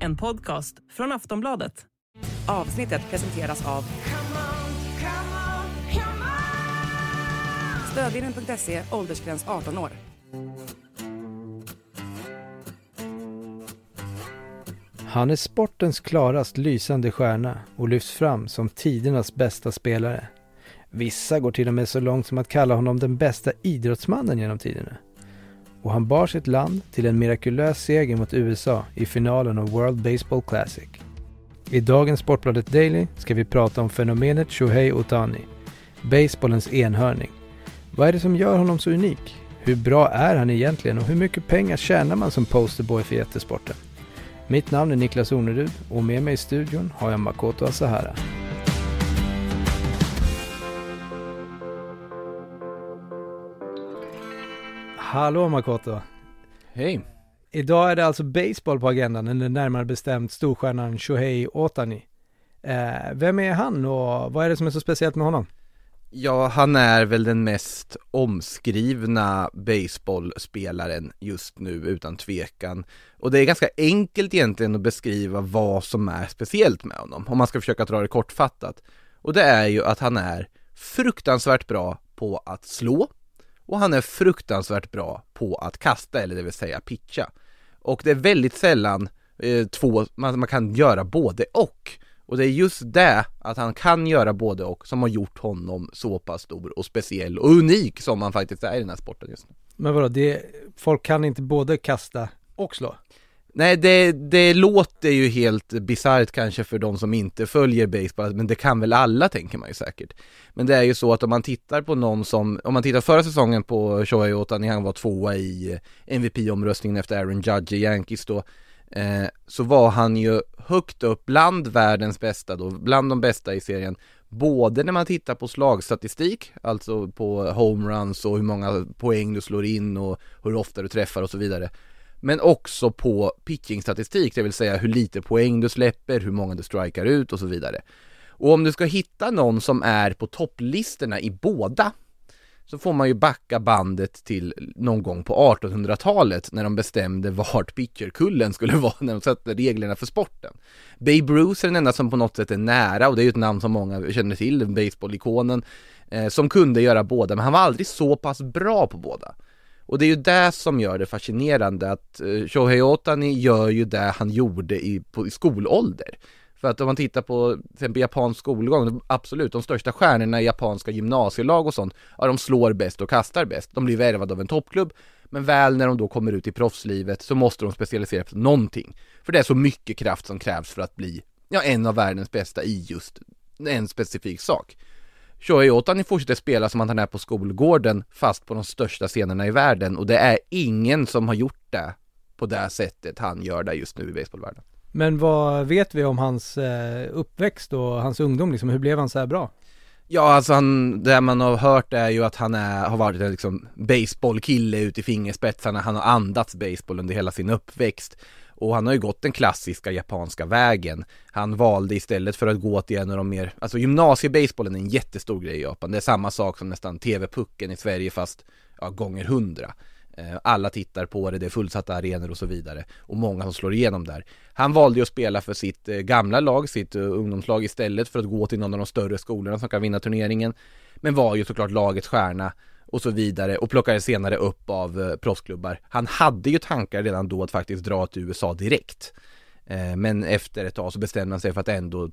en podcast från Aftonbladet. Avsnittet presenteras av Stödvinnen.se, åldersgräns 18 år. Han är sportens klarast lysande stjärna och lyfts fram som tidernas bästa spelare. Vissa går till och med så långt som att kalla honom den bästa idrottsmannen genom tiderna. Och han bar sitt land till en mirakulös seger mot USA i finalen av World Baseball Classic. I dagens Sportbladet Daily ska vi prata om fenomenet Shohei Ohtani, baseballens enhörning. Vad är det som gör honom så unik? Hur bra är han egentligen och hur mycket pengar tjänar man som posterboy för jättesporten? Mitt namn är Niklas Ornerud och med mig i studion har jag Makoto Asahara. Hallå Makoto. Hej. Idag är det alltså baseball på agendan, eller närmare bestämt storstjärnan Shohei Ohtani. Vem är han och vad är det som är så speciellt med honom? Ja, han är väl den mest omskrivna baseballspelaren just nu utan tvekan. Och det är ganska enkelt egentligen att beskriva vad som är speciellt med honom, om man ska försöka dra det kortfattat. Och det är ju att han är fruktansvärt bra på att slå och han är fruktansvärt bra på att kasta, eller det vill säga pitcha. Och det är väldigt sällan man kan göra både och. Och det är just det att han kan göra både och som har gjort honom så pass stor och speciell och unik som han faktiskt är i den här sporten just nu. Men vadå, folk kan inte både kasta och slå? Nej, det låter ju helt bisarrt kanske för de som inte följer baseball, men det kan väl alla, tänker man ju säkert. Men det är ju så att om man tittar på om man tittar förra säsongen på Shohei Ohtani, han var 2:a i MVP-omröstningen efter Aaron Judge i Yankees då, så var han ju högt upp bland världens bästa då, bland de bästa i serien, både när man tittar på slagstatistik, alltså på homeruns och hur många poäng du slår in och hur ofta du träffar och så vidare, men också på pitchingstatistik, det vill säga hur lite poäng du släpper, hur många du strikar ut och så vidare. Och om du ska hitta någon som är på topplistorna i båda, så får man ju backa bandet till någon gång på 1800-talet när de bestämde vart pitcherkullen skulle vara när de satte reglerna för sporten. Babe Ruth är den enda som på något sätt är nära, och det är ju ett namn som många känner till, baseball-ikonen, som kunde göra båda, men han var aldrig så pass bra på båda. Och det är ju det som gör det fascinerande, att Shohei Ohtani gör ju det han gjorde i skolålder. För att om man tittar på till exempel japansk skolgång, absolut, de största stjärnorna i japanska gymnasielag och sånt, ja, de slår bäst och kastar bäst. De blir värvade av en toppklubb, men väl när de då kommer ut i proffslivet så måste de specialisera på någonting. För det är så mycket kraft som krävs för att bli en av världens bästa i just en specifik sak. Shohei Ohtani fortsätter spela som att han är på skolgården, fast på de största scenerna i världen, och det är ingen som har gjort det på det sättet han gör det just nu i baseballvärlden. Men vad vet vi om hans uppväxt och hans ungdom? Liksom, hur blev han så här bra? Ja, alltså det man har hört är ju att han har varit en liksom baseballkille ut i fingerspetsarna. Han har andats baseball under hela sin uppväxt. Och han har ju gått den klassiska japanska vägen. Han valde istället för att gå till en av de mer... Alltså gymnasiebaseballen är en jättestor grej i Japan. Det är samma sak som nästan TV-pucken i Sverige, fast gånger 100. Alla tittar på det är fullsatta arenor och så vidare. Och många som slår igenom där. Han valde ju att spela för sitt gamla lag, sitt ungdomslag, istället för att gå till någon av de större skolorna som kan vinna turneringen. Men var ju såklart lagets stjärna och så vidare, och plockade senare upp av proffsklubbar. Han hade ju tankar redan då att faktiskt dra till USA direkt. Men efter ett tag så bestämde han sig för att ändå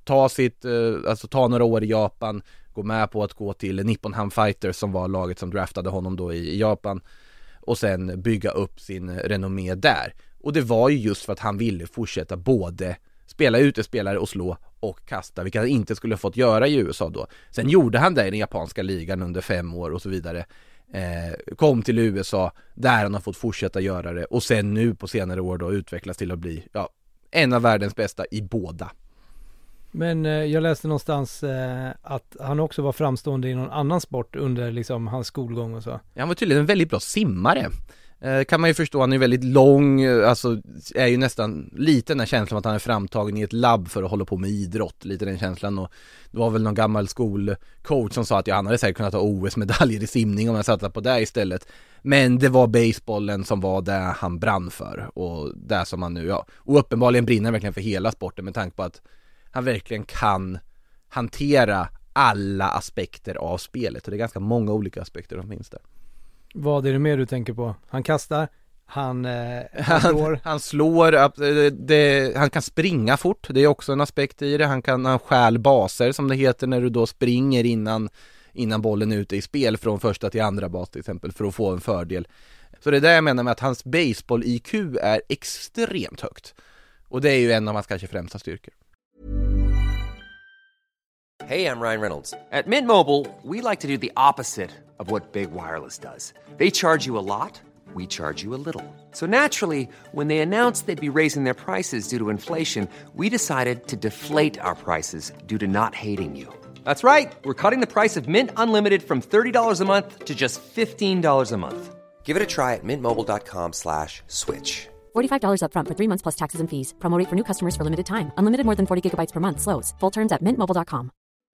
ta några år i Japan, gå med på att gå till Nippon Ham Fighters som var laget som draftade honom då i Japan, och sen bygga upp sin renommé där. Och det var ju just för att han ville fortsätta både spela utespelare och slå och kasta, vilket han inte skulle fått göra i USA då. Sen gjorde han det i den japanska ligan under 5 år och så vidare. Kom till USA där han har fått fortsätta göra det, och sen nu på senare år då utvecklas till att bli en av världens bästa i båda. Men jag läste någonstans att han också var framstående i någon annan sport under liksom hans skolgång och så. Han var tydligen en väldigt bra simmare. Kan man ju förstå, han är väldigt lång, alltså är ju nästan lite den här känslan att han är framtagen i ett labb för att hålla på med idrott, lite den känslan. Och det var väl någon gammal skolcoach som sa att han hade säkert kunnat ta OS-medaljer i simning om han satte på det istället. Men det var basebollen som var det han brann för, och det som han nu, och uppenbarligen brinner verkligen för hela sporten med tanke på att han verkligen kan hantera alla aspekter av spelet, och det är ganska många olika aspekter som finns där. Vad är det mer du tänker på? Han kastar, han slår. Han slår, han kan springa fort, det är också en aspekt i det. Han stjäl baser som det heter när du då springer innan bollen är ute i spel från första till andra bas till exempel för att få en fördel. Så det är det jag menar med att hans baseball-IQ är extremt högt. Och det är ju en av hans kanske främsta styrkor. Hey, I'm Ryan Reynolds. At Mint Mobile, we like to do the opposite of what Big Wireless does. They charge you a lot, we charge you a little. So naturally, when they announced they'd be raising their prices due to inflation, we decided to deflate our prices due to not hating you. That's right. We're cutting the price of Mint Unlimited from $30 a month to just $15 a month. Give it a try at mintmobile.com/switch. $45 up front for 3 months plus taxes and fees. Promo rate for new customers for limited time. Unlimited more than 40 gigabytes per month. Slows full terms at mintmobile.com.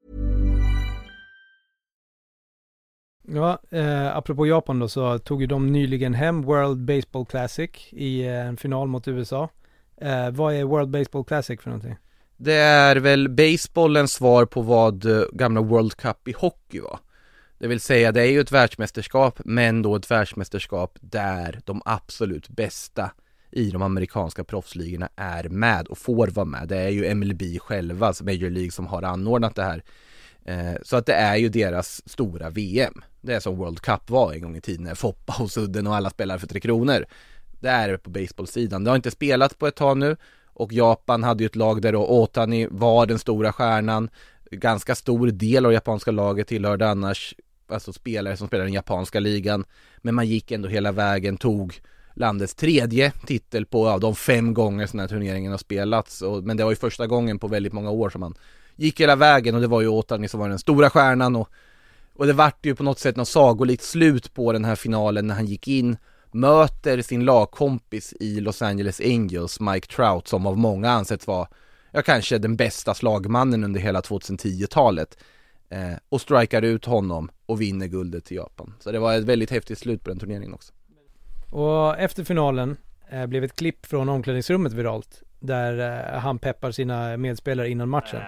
Ja, apropå Japan då, så tog ju de nyligen hem World Baseball Classic i en final mot USA. Vad är World Baseball Classic för någonting? Det är väl baseballens svar på vad gamla World Cup i hockey var. Det vill säga, det är ju ett världsmästerskap, men då ett världsmästerskap där de absolut bästa i de amerikanska proffsligorna är med och får vara med. Det är ju MLB själva, Major League, som har anordnat det här. Så att det är ju deras stora VM. Det är som World Cup var en gång i tiden när Foppa och Sudden och alla spelar för 3 kronor. Det är på baseballsidan. Det har inte spelat på ett tag nu, och Japan hade ju ett lag där då Otani var den stora stjärnan. Ganska stor del av japanska laget tillhörde annars alltså spelare som spelar i den japanska ligan. Men man gick ändå hela vägen, tog landets 3:e titel på de 5 gånger som den här turneringen har spelats. Men det var ju första gången på väldigt många år som man gick hela vägen, och det var ju Otani som var den stora stjärnan, och det vart ju på något sätt något sagolikt slut på den här finalen när han gick in, möter sin lagkompis i Los Angeles Angels, Mike Trout, som av många ansetts vara kanske den bästa slagmannen under hela 2010-talet, och strikar ut honom och vinner guldet till Japan. Så det var ett väldigt häftigt slut på den turneringen också. Och efter finalen blev ett klipp från omklädningsrummet viralt, där han peppar sina medspelare innan matchen.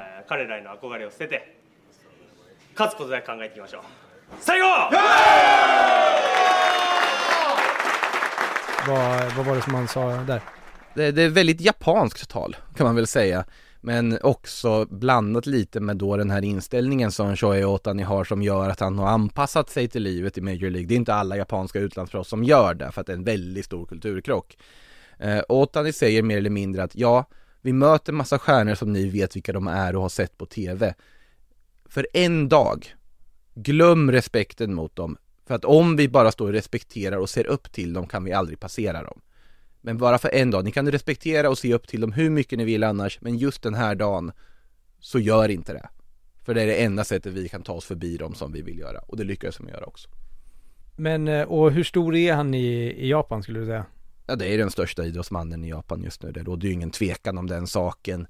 Vad var det som han sa där? Det är väldigt japanskt tal, kan man väl säga. Men också blandat lite med då den här inställningen som Shohei Ohtani har, som gör att han har anpassat sig till livet i Major League. Det är inte alla japanska utlandsproffs som gör det, för att det är en väldigt stor kulturkrock. Ohtani säger mer eller mindre att vi möter massa stjärnor som ni vet vilka de är och har sett på tv. För en dag, glöm respekten mot dem. För att om vi bara står och respekterar och ser upp till dem kan vi aldrig passera dem. Men bara för en dag, ni kan respektera och se upp till dem hur mycket ni vill annars, men just den här dagen så gör inte det. För det är det enda sättet vi kan ta oss förbi dem som vi vill göra, och det lyckas vi göra också. Men, och hur stor är han i Japan, skulle du säga? Ja, det är den största idrottsmannen i Japan just nu. Det råder ju ingen tvekan om den saken.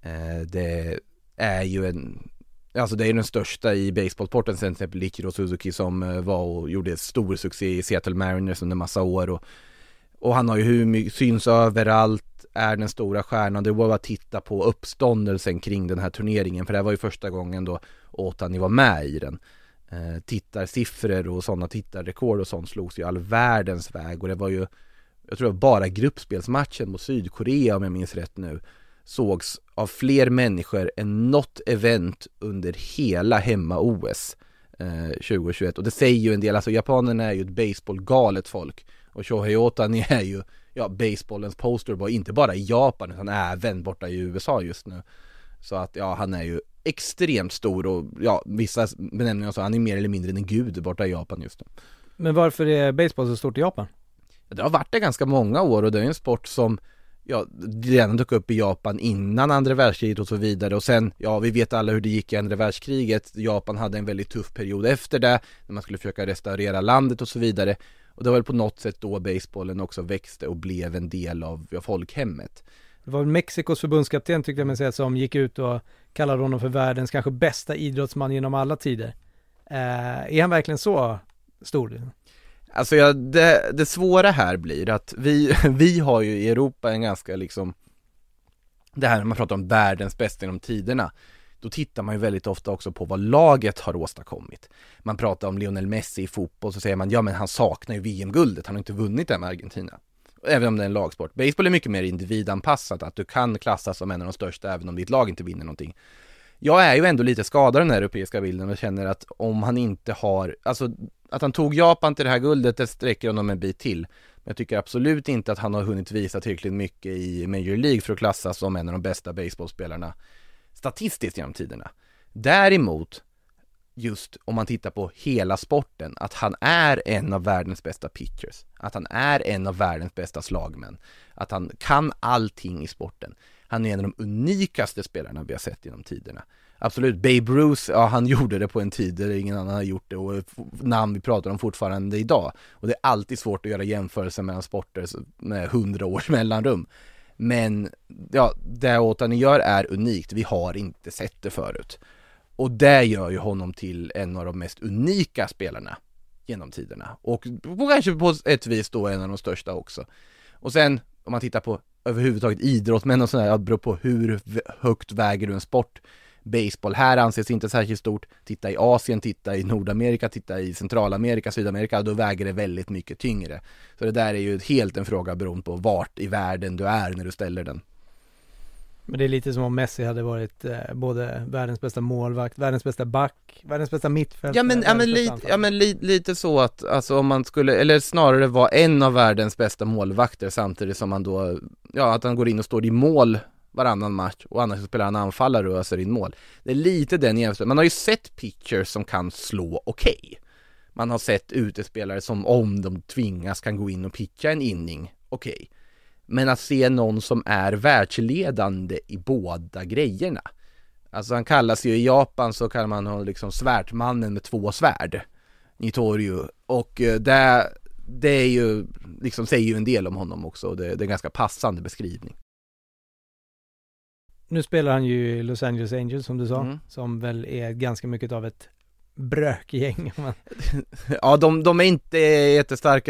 Det är ju det är den största i baseballsporten, till exempel Ichiro Suzuki som var och gjorde stor succé i Seattle Mariners under massa år, och han har ju hur mycket syns överallt, är den stora stjärnan. Det var bara att titta på uppståndelsen kring den här turneringen, för det var ju första gången då Ohtani var med i den. Tittarsiffror och sådana tittarrekord och sånt slogs ju all världens väg, och det var ju, jag tror bara gruppspelsmatchen mot Sydkorea, om jag minns rätt nu, sågs av fler människor än något event under hela hemma-OS 2021. Och det säger ju en del, alltså japanerna är ju ett baseballgalet folk, och Shohei Ohtani är ju baseballens posterboy, inte bara i Japan utan även borta i USA just nu. Så att han är ju extremt stor, och vissa benämningar så han är mer eller mindre en gud borta i Japan just nu. Men varför är baseball så stort i Japan? Det har varit det ganska många år, och det är en sport som redan dök upp i Japan innan andra världskriget och så vidare, och sen, vi vet alla hur det gick i andra världskriget. Japan hade en väldigt tuff period efter det, när man skulle försöka restaurera landet och så vidare, Och det var väl på något sätt då basebollen också växte och blev en del av folkhemmet. Det var Mexikos förbundskapten tyckte jag mig säga som gick ut och kallade honom för världens kanske bästa idrottsman genom alla tider. Är han verkligen så stor? Alltså det svåra här blir att vi har ju i Europa en ganska liksom, det här när man pratar om världens bästa genom tiderna, då tittar man ju väldigt ofta också på vad laget har åstadkommit. Man pratar om Lionel Messi i fotboll, så säger man ja men han saknar ju VM-guldet, han har inte vunnit det med Argentina. Även om det är en lagsport. Baseball är mycket mer individanpassat, att du kan klassas som en av de största även om ditt lag inte vinner någonting. Jag är ju ändå lite skadad den här europeiska bilden och känner att om han inte har, alltså att han tog Japan till det här guldet, det sträcker honom en bit till. Men jag tycker absolut inte att han har hunnit visa tillräckligt mycket i Major League för att klassas som en av de bästa baseballspelarna statistiskt genom tiderna. Däremot, just om man tittar på hela sporten, att han är en av världens bästa pitchers, att han är en av världens bästa slagmän, att han kan allting i sporten. Han är en av de unikaste spelarna vi har sett genom tiderna. Absolut, Babe Ruth, ja han gjorde det på en tid där ingen annan har gjort det och namn vi pratar om fortfarande idag. Och det är alltid svårt att göra jämförelser mellan sporter med 100 års mellanrum. Men ja, det Ohtani gör är unikt, vi har inte sett det förut. Och det gör ju honom till en av de mest unika spelarna genom tiderna. Och kanske på ett vis då en av de största också. Och sen om man tittar på överhuvudtaget idrottsmän och sådär, beror på hur högt väger du en sport. Baseball här anses inte särskilt stort. Titta i Asien, titta i Nordamerika, titta i Centralamerika, Sydamerika, då väger det väldigt mycket tyngre. Så det där är ju helt en fråga beroende på vart i världen du är när du ställer den. Men det är lite som om Messi hade varit både världens bästa målvakt, världens bästa back, världens bästa mittfältare. Lite så att alltså, om man skulle, eller snarare vara en av världens bästa målvakter samtidigt som man då, ja, att han går in och står i mål varannan match och annars spelar han anfallare och öser in mål. Det är lite den jämförelsen. Man har ju sett pitchers som kan slå okej. Man har sett utespelare som om de tvingas kan gå in och pitcha en inning okej. Men att se någon som är världsledande i båda grejerna. Alltså han kallas ju i Japan, så kan man ha liksom svärdmannen med 2 svärd. Nitoryu. Och det är ju liksom, säger ju en del om honom också. Det är en ganska passande beskrivning. Nu spelar han ju i Los Angeles Angels som du sa. Som väl är ganska mycket av ett brökgäng. Ja, de är inte jättestarka.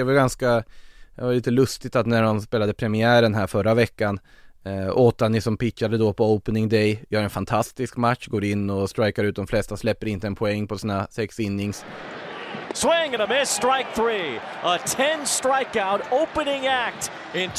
Det var lite lustigt att när de spelade premiären här förra veckan, Ohtani som pitchade då på opening day gör en fantastisk match, går in och strikar ut de flesta, släpper inte en poäng på sina 6 innings. Swing and a miss, strike 3. A 10 strikeout opening act in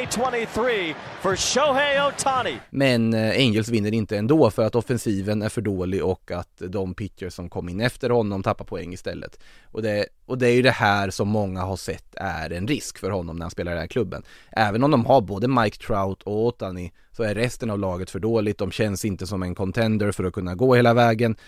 2023 for Shohei Ohtani. Men Angels vinner inte ändå för att offensiven är för dålig och att de pitchers som kom in efter honom tappar poäng istället. Och det är ju det här som många har sett är en risk för honom när han spelar i den här klubben. Även om de har både Mike Trout och Ohtani så är resten av laget för dåligt. De känns inte som en contender för att kunna gå hela vägen.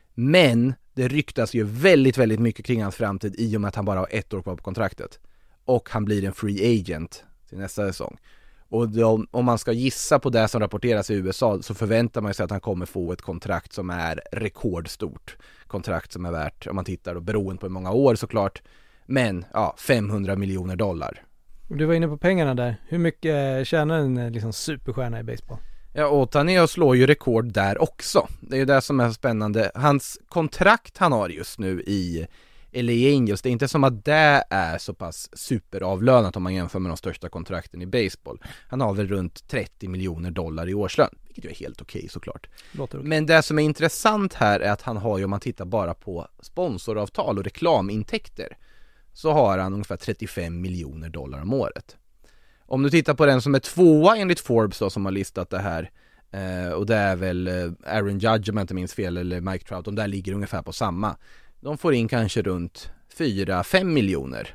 Men det ryktas ju väldigt, väldigt mycket kring hans framtid i och med att han bara har 1 år kvar på kontraktet. Och han blir en free agent till nästa säsong. Och om man ska gissa på det som rapporteras i USA så förväntar man sig att han kommer få ett kontrakt som är rekordstort. Kontrakt som är värt, om man tittar då, beroende på hur många år såklart. Men ja, $500 miljoner. Du var inne på pengarna där. Hur mycket tjänar en liksom superstjärna i baseball? Ja, Ohtani slår ju rekord där också. Det är ju det som är spännande. Hans kontrakt han har just nu i LA Angels, det är inte som att det är så pass superavlönat om man jämför med de största kontrakten i baseball. Han har väl runt $30 miljoner i årslön, vilket ju är helt okej såklart. Men det som är intressant här är att han har ju, om man tittar bara på sponsoravtal och reklamintäkter, så har han ungefär $35 miljoner om året. Om du tittar på den som är 2:a enligt Forbes då, som har listat det här, och det är väl Aaron Judge om jag inte minns fel, eller Mike Trout, de där ligger ungefär på samma. De får in kanske runt $4-5 miljoner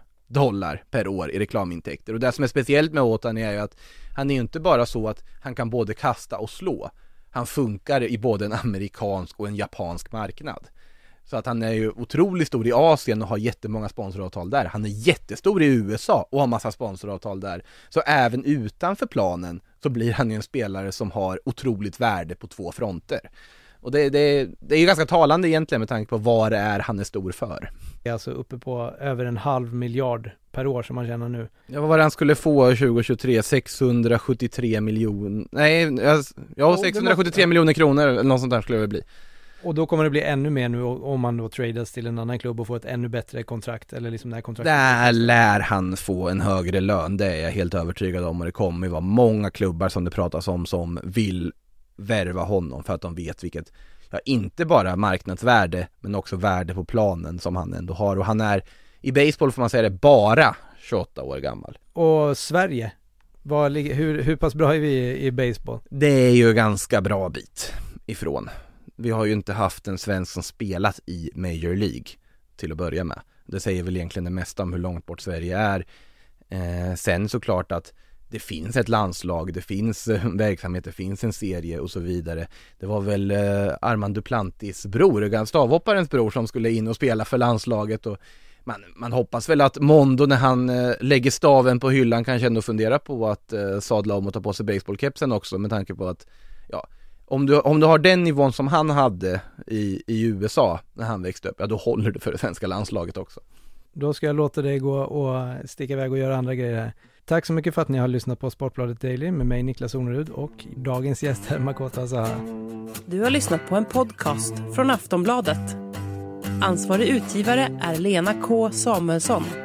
per år i reklamintäkter. Och det som är speciellt med Ohtani är ju att han är ju inte bara så att han kan både kasta och slå. Han funkar i både en amerikansk och en japansk marknad. Så att han är ju otroligt stor i Asien och har jättemånga sponsoravtal där. Han är jättestor i USA och har massa sponsoravtal där. Så även utanför planen så blir han ju en spelare som har otroligt värde på 2 fronter. Och det är ju ganska talande egentligen med tanke på vad det är han är stor för. Det är alltså uppe på över 1,5 miljard per år som man tjänar nu. Ja, vad var det han skulle få 2023? 673 miljoner. Nej, 673 miljoner kronor eller något sånt där skulle det bli. Och då kommer det bli ännu mer nu om man då tradas till en annan klubb och får ett ännu bättre kontrakt eller liksom det här kontraktet. Där lär han få en högre lön, det är jag helt övertygad om, och det kommer ju vara många klubbar som det pratas om som vill värva honom för att de vet vilket, inte bara marknadsvärde men också värde på planen som han ändå har, och han är i baseball får man säga det bara 28 år gammal. Och Sverige, hur pass bra är vi i baseball? Det är ju ganska bra bit ifrån. Vi har ju inte haft en svensk som spelat i Major League till att börja med. Det säger väl egentligen det mesta om hur långt bort Sverige är. Sen såklart att det finns ett landslag, det finns verksamhet, det finns en serie och så vidare. Det var väl Armand Duplantis bror, stavhopparens bror, som skulle in och spela för landslaget, och man hoppas väl att Mondo när han lägger staven på hyllan kanske ändå fundera på att sadla om och ta på sig baseballkepsen också, med tanke på att om du har den nivån som han hade i USA när han växte upp, då håller du för det svenska landslaget också. Då ska jag låta dig gå och sticka iväg och göra andra grejer här. Tack så mycket för att ni har lyssnat på Sportbladet Daily med mig Niklas Ornerud och dagens gäst här Makoto Asahara. Du har lyssnat på en podcast från Aftonbladet. Ansvarig utgivare är Lena K. Samuelsson.